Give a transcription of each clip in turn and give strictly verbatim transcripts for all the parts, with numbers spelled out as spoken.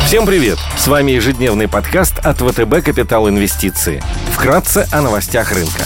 Всем привет! С вами ежедневный подкаст от вэ тэ бэ «Капитал Инвестиции». Вкратце о новостях рынка.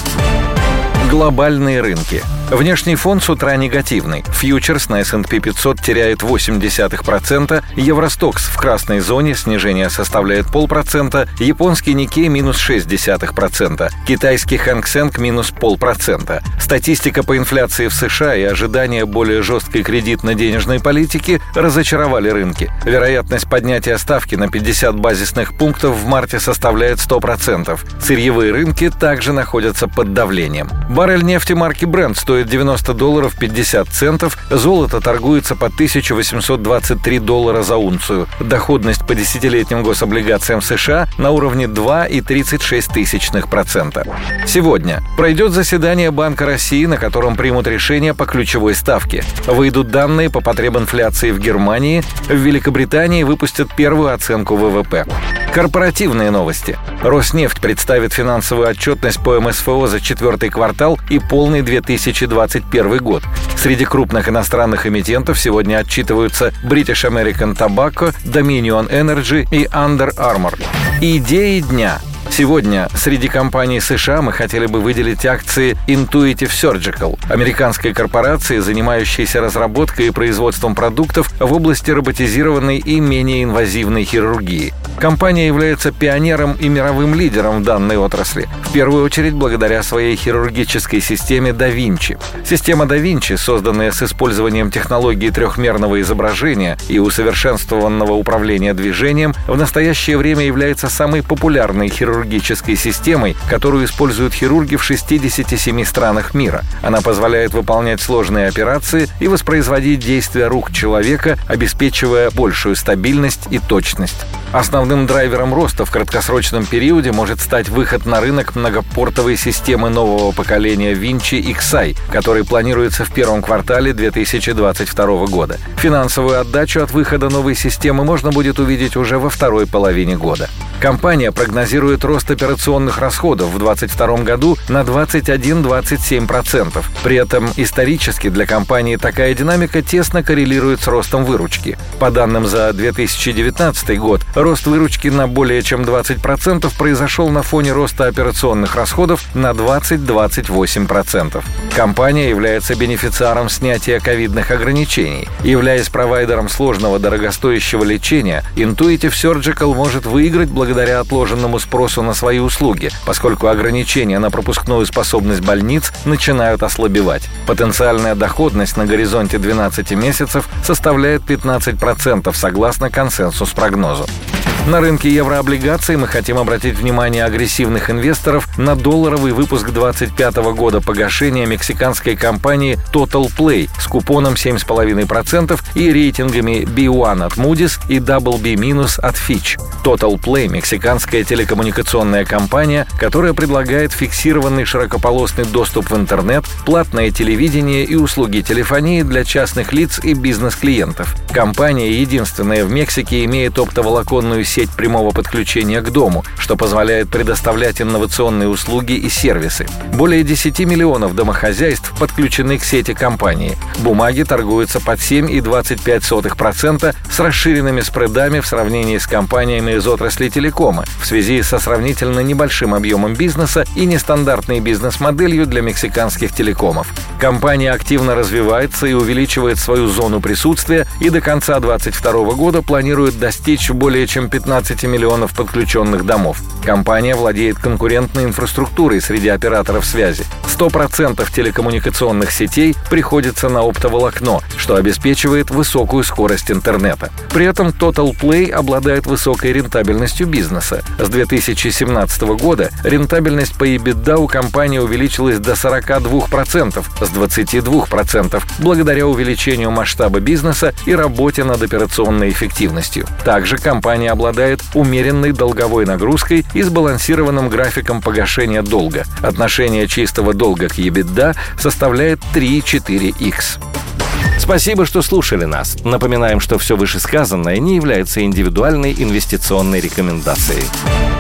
Глобальные рынки. Внешний фон с утра негативный. Фьючерс на эс энд пи пятьсот теряет восемь десятых процента, Евростокс в красной зоне, снижение составляет полпроцента, японский Никей минус шесть десятых процента, китайский Хэнк Сенг минус полпроцента. Статистика по инфляции в США и ожидания более жесткой кредитно-денежной политики разочаровали рынки. Вероятность поднятия ставки на пятьдесят базисных пунктов в марте составляет сто процентов. Сырьевые рынки также находятся под давлением. Баррель нефти марки Brent стоит девяносто долларов пятьдесят центов, золото торгуется по тысяча восемьсот двадцать три доллара за унцию. Доходность по десятилетним гособлигациям США на уровне два целых тридцать шесть тысячных процента. Сегодня пройдет заседание Банка России, на котором примут решение по ключевой ставке. Выйдут данные по потребинфляции в Германии, в Великобритании выпустят первую оценку вэ вэ пэ. Корпоративные новости. Роснефть представит финансовую отчетность по эм эс эф о за четвертый квартал и полный две тысячи двадцать первый год. Среди крупных иностранных эмитентов сегодня отчитываются British American Tobacco, Dominion Energy и Under Armour. Идеи дня. Сегодня среди компаний США мы хотели бы выделить акции Intuitive Surgical, американской корпорации, занимающейся разработкой и производством продуктов в области роботизированной и менее инвазивной хирургии. Компания является пионером и мировым лидером в данной отрасли, в первую очередь благодаря своей хирургической системе да Винчи. Система да Винчи, созданная с использованием технологии трехмерного изображения и усовершенствованного управления движением, в настоящее время является самой популярной хирургической системой, которую используют хирурги в шестидесяти семи странах мира. Она позволяет выполнять сложные операции и воспроизводить действия рук человека, обеспечивая большую стабильность и точность. Основным драйвером роста в краткосрочном периоде может стать выход на рынок многопортовой системы нового поколения Vinci икс ай, который планируется в первом квартале две тысячи двадцать второго года. Финансовую отдачу от выхода новой системы можно будет увидеть уже во второй половине года. Компания прогнозирует рост операционных расходов в две тысячи двадцать втором году на двадцать один - двадцать семь процентов. При этом исторически для компании такая динамика тесно коррелирует с ростом выручки. По данным за две тысячи девятнадцатый год, рост выручки на более чем двадцать процентов произошел на фоне роста операционных расходов на двадцать - двадцать восемь процентов. Компания является бенефициаром снятия ковидных ограничений. Являясь провайдером сложного дорогостоящего лечения, Intuitive Surgical может выиграть благодаря отложенному спросу на свои услуги, поскольку ограничения на пропускную способность больниц начинают ослабевать. Потенциальная доходность на горизонте двенадцати месяцев составляет пятнадцать процентов согласно консенсус-прогнозу. На рынке еврооблигаций мы хотим обратить внимание агрессивных инвесторов на долларовый выпуск двадцать пятого года погашения мексиканской компании Total Play с купоном семь целых пять десятых процента и рейтингами би один от Moody's и дабл би минус от Fitch. Total Play – мексиканская телекоммуникационная компания, которая предлагает фиксированный широкополосный доступ в интернет, платное телевидение и услуги телефонии для частных лиц и бизнес-клиентов. Компания единственная в Мексике имеет оптоволоконную сеть прямого подключения к дому, что позволяет предоставлять инновационные услуги и сервисы. Более десяти миллионов домохозяйств подключены к сети компании. Бумаги торгуются под семь целых двадцать пять сотых процента с расширенными спредами в сравнении с компаниями из отрасли телекома в связи со сравнительно небольшим объемом бизнеса и нестандартной бизнес-моделью для мексиканских телекомов. Компания активно развивается и увеличивает свою зону присутствия и до конца две тысячи двадцать второго года планирует достичь более чем пятнадцати миллионов подключенных домов. Компания владеет конкурентной инфраструктурой среди операторов связи. сто процентов телекоммуникационных сетей приходится на оптоволокно, что обеспечивает высокую скорость интернета. При этом Total Play обладает высокой рентабельностью бизнеса. С две тысячи семнадцатого года рентабельность по EBITDA у компании увеличилась до сорока двух процентов с двадцати двух процентов благодаря увеличению масштаба бизнеса и работе над операционной эффективностью. Также компания обладает умеренной долговой нагрузкой и сбалансированным графиком погашения долга. Отношение чистого долга к EBITDA составляет три целых четыре десятых икс. Спасибо, что слушали нас. Напоминаем, что все вышесказанное не является индивидуальной инвестиционной рекомендацией.